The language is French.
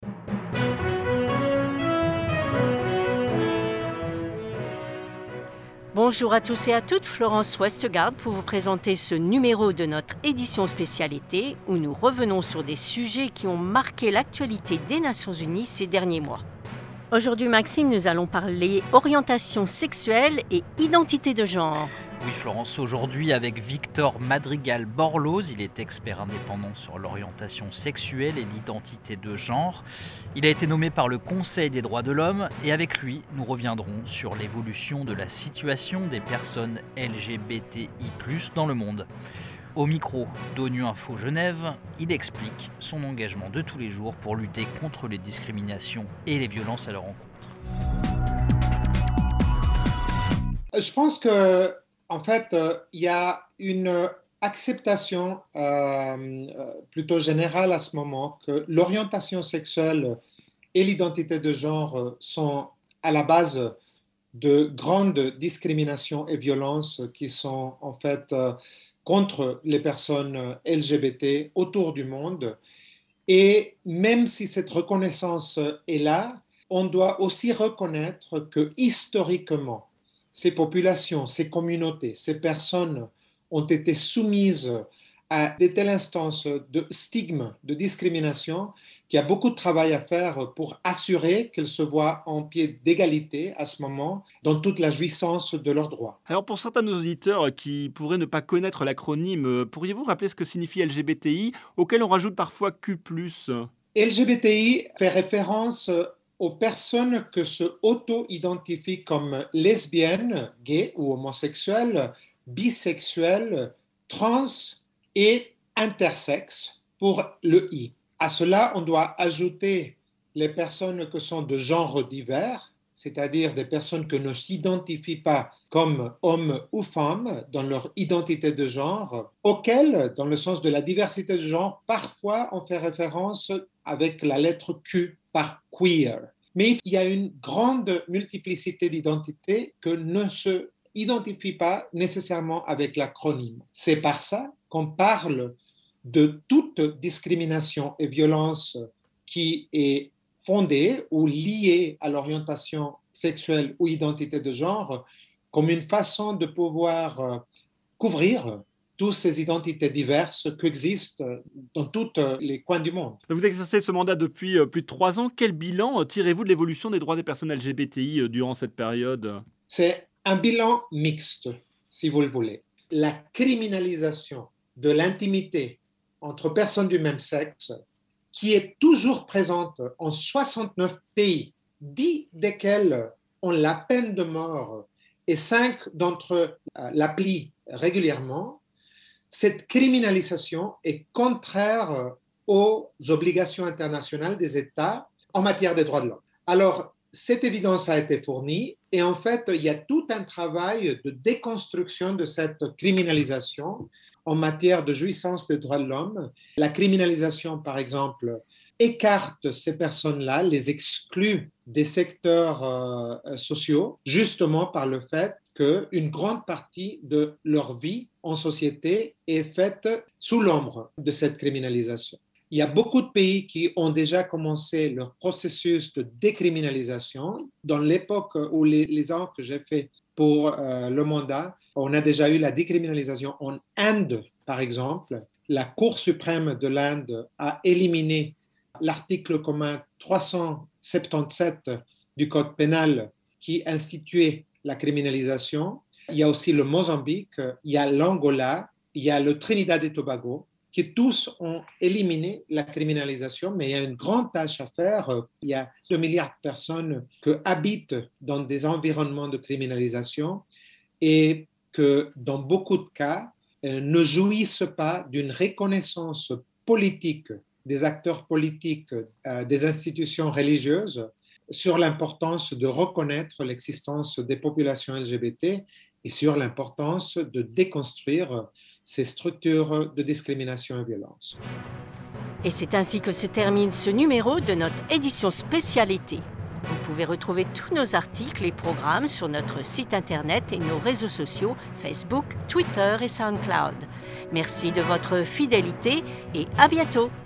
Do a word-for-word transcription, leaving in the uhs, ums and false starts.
Bonjour à tous et à toutes, Florence Westgard pour vous présenter ce numéro de notre édition spécialité où nous revenons sur des sujets qui ont marqué l'actualité des Nations Unies ces derniers mois. Aujourd'hui, Maxime, nous allons parler orientation sexuelle et identité de genre. Oui, Florence, aujourd'hui avec Victor Madrigal-Borloz, il est expert indépendant sur l'orientation sexuelle et l'identité de genre. Il a été nommé par le Conseil des droits de l'homme et avec lui, nous reviendrons sur l'évolution de la situation des personnes L G B T I plus, dans le monde. Au micro d'ONU Info Genève, il explique son engagement de tous les jours pour lutter contre les discriminations et les violences à leur encontre. Je pense que En fait, euh, il y a une acceptation euh, plutôt générale à ce moment que l'orientation sexuelle et l'identité de genre sont à la base de grandes discriminations et violences qui sont en fait euh, contre les personnes L G B T autour du monde. Et même si cette reconnaissance est là, on doit aussi reconnaître que historiquement, ces populations, ces communautés, ces personnes ont été soumises à de telles instances de stigme, de discrimination, qu'il y a beaucoup de travail à faire pour assurer qu'elles se voient en pied d'égalité à ce moment dans toute la jouissance de leurs droits. Alors pour certains de nos auditeurs qui pourraient ne pas connaître l'acronyme, pourriez-vous rappeler ce que signifie L G B T I, auquel on rajoute parfois Q plus ? L G B T I fait référence aux personnes que se auto-identifient comme lesbiennes, gays ou homosexuelles, bisexuelles, trans et intersexes pour le I. À cela, on doit ajouter les personnes que sont de genre divers, c'est-à-dire des personnes qui ne s'identifient pas comme hommes ou femmes dans leur identité de genre, auxquelles, dans le sens de la diversité de genre, parfois on fait référence avec la lettre Q par queer. Mais il y a une grande multiplicité d'identités que ne se identifient pas nécessairement avec l'acronyme. C'est par ça qu'on parle de toute discrimination et violence qui est fondée ou liée à l'orientation sexuelle ou identité de genre comme une façon de pouvoir couvrir toutes ces identités diverses qui existent dans tous les coins du monde. Vous exercez ce mandat depuis plus de trois ans. Quel bilan tirez-vous de l'évolution des droits des personnes L G B T I durant cette période ? C'est un bilan mixte, si vous le voulez. La criminalisation de l'intimité entre personnes du même sexe, qui est toujours présente en soixante-neuf pays, dix desquels ont la peine de mort et cinq d'entre eux l'applient régulièrement. Cette criminalisation est contraire aux obligations internationales des États en matière des droits de l'homme. Alors, cette évidence a été fournie et en fait, il y a tout un travail de déconstruction de cette criminalisation en matière de jouissance des droits de l'homme. La criminalisation, par exemple, écarte ces personnes-là, les exclut des secteurs euh, sociaux, justement par le fait qu'une grande partie de leur vie en société est faite sous l'ombre de cette criminalisation. Il y a beaucoup de pays qui ont déjà commencé leur processus de décriminalisation. Dans l'époque ou les, les ans que j'ai fait pour euh, le mandat, on a déjà eu la décriminalisation en Inde, par exemple. La Cour suprême de l'Inde a éliminé l'article commun trois cent soixante-dix-sept du Code pénal qui instituait la criminalisation. Il y a aussi le Mozambique, il y a l'Angola, il y a le Trinidad et Tobago, qui tous ont éliminé la criminalisation, mais il y a une grande tâche à faire. Il y a deux milliards de personnes qui habitent dans des environnements de criminalisation et que, dans beaucoup de cas, ne jouissent pas d'une reconnaissance politique des acteurs politiques, euh, des institutions religieuses sur l'importance de reconnaître l'existence des populations L G B T et sur l'importance de déconstruire ces structures de discrimination et violence. Et c'est ainsi que se termine ce numéro de notre édition spécialité. Vous pouvez retrouver tous nos articles et programmes sur notre site internet et nos réseaux sociaux Facebook, Twitter et SoundCloud. Merci de votre fidélité et à bientôt.